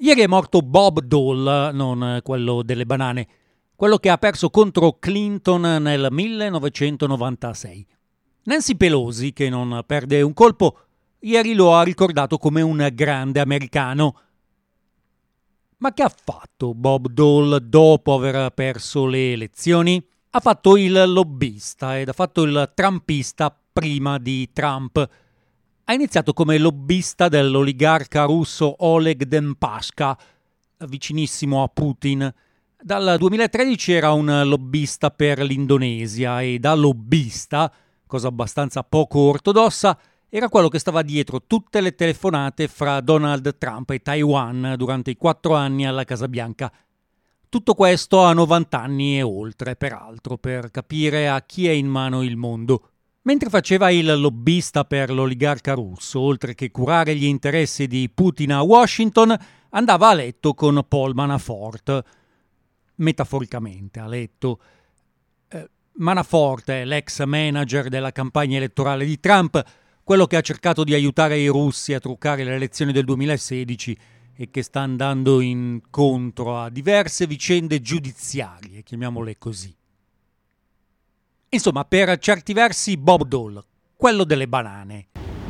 Ieri è morto Bob Dole, non quello delle banane, quello che ha perso contro Clinton nel 1996. Nancy Pelosi, che non perde un colpo, ieri lo ha ricordato come un grande americano. Ma che ha fatto Bob Dole dopo aver perso le elezioni? Ha fatto il lobbista ed ha fatto il trumpista prima di Trump. Ha iniziato come lobbista dell'oligarca russo Oleg Deripaska, vicinissimo a Putin. Dal 2013 era un lobbista per l'Indonesia e da lobbista, cosa abbastanza poco ortodossa, era quello che stava dietro tutte le telefonate fra Donald Trump e Taiwan durante i 4 anni alla Casa Bianca. Tutto questo a 90 anni e oltre, peraltro, per capire a chi è in mano il mondo. Mentre faceva il lobbista per l'oligarca russo, oltre che curare gli interessi di Putin a Washington, andava a letto con Paul Manafort. Metaforicamente a letto. Manafort è l'ex manager della campagna elettorale di Trump, quello che ha cercato di aiutare i russi a truccare le elezioni del 2016 e che sta andando incontro a diverse vicende giudiziarie, chiamiamole così. Insomma, per certi versi Bob Dole, quello delle banane.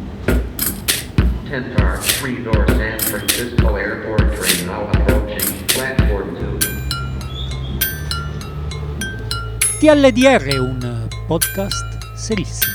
10 car, 3-door San Francisco Airport train now approaching platform 2. TLDR, un podcast serissimo.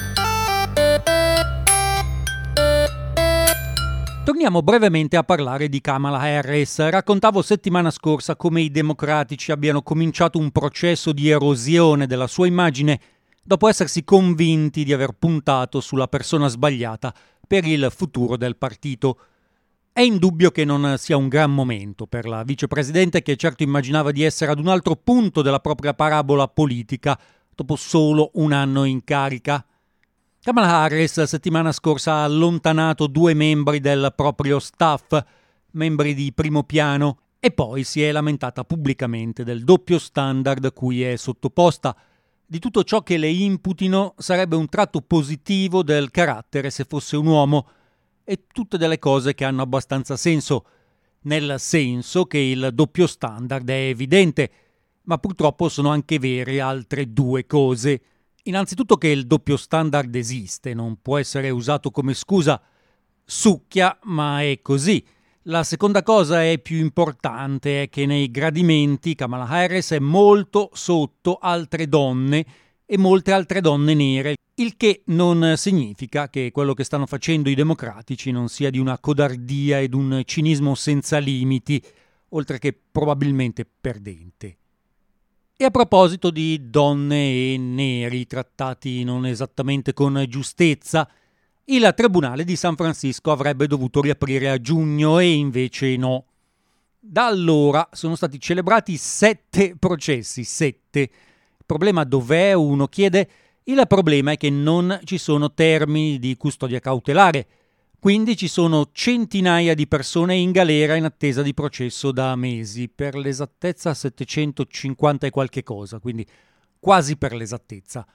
Torniamo brevemente a parlare di Kamala Harris. Raccontavo settimana scorsa come i democratici abbiano cominciato un processo di erosione della sua immagine dopo essersi convinti di aver puntato sulla persona sbagliata per il futuro del partito. È indubbio che non sia un gran momento per la vicepresidente che certo immaginava di essere ad un altro punto della propria parabola politica dopo solo un anno in carica. Kamala Harris settimana scorsa ha allontanato 2 membri del proprio staff, membri di primo piano, e poi si è lamentata pubblicamente del doppio standard cui è sottoposta. Di tutto ciò che le imputino sarebbe un tratto positivo del carattere se fosse un uomo, e tutte delle cose che hanno abbastanza senso, nel senso che il doppio standard è evidente, ma purtroppo sono anche vere altre 2 cose. Innanzitutto che il doppio standard esiste, non può essere usato come scusa. Succhia, ma è così. La seconda cosa è più importante, è che nei gradimenti Kamala Harris è molto sotto altre donne e molte altre donne nere, il che non significa che quello che stanno facendo i democratici non sia di una codardia ed un cinismo senza limiti, oltre che probabilmente perdente. E a proposito di donne e neri trattati non esattamente con giustezza, il Tribunale di San Francisco avrebbe dovuto riaprire a giugno e invece no. Da allora sono stati celebrati 7 processi, 7. Il problema dov'è? Uno chiede. Il problema è che non ci sono termini di custodia cautelare, quindi ci sono centinaia di persone in galera in attesa di processo da mesi, per l'esattezza 750 e qualche cosa, quindi quasi per l'esattezza.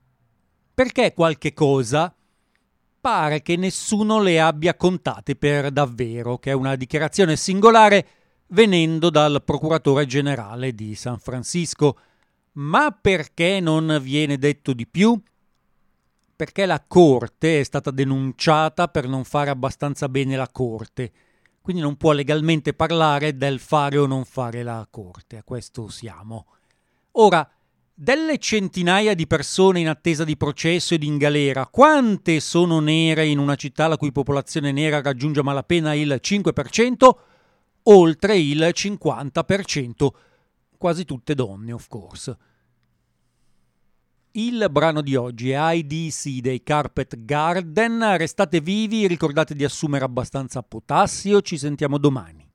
Perché qualche cosa? Pare che nessuno le abbia contate per davvero, che è una dichiarazione singolare venendo dal procuratore generale di San Francisco. Ma perché non viene detto di più? Perché la Corte è stata denunciata per non fare abbastanza bene la Corte, quindi non può legalmente parlare del fare o non fare la Corte, a questo siamo. Ora, delle centinaia di persone in attesa di processo ed in galera, quante sono nere in una città la cui popolazione nera raggiunge a malapena il 5%? Oltre il 50%, quasi tutte donne, of course. Il brano di oggi è IDC dei Carpet Garden. Restate vivi, ricordate di assumere abbastanza potassio, ci sentiamo domani.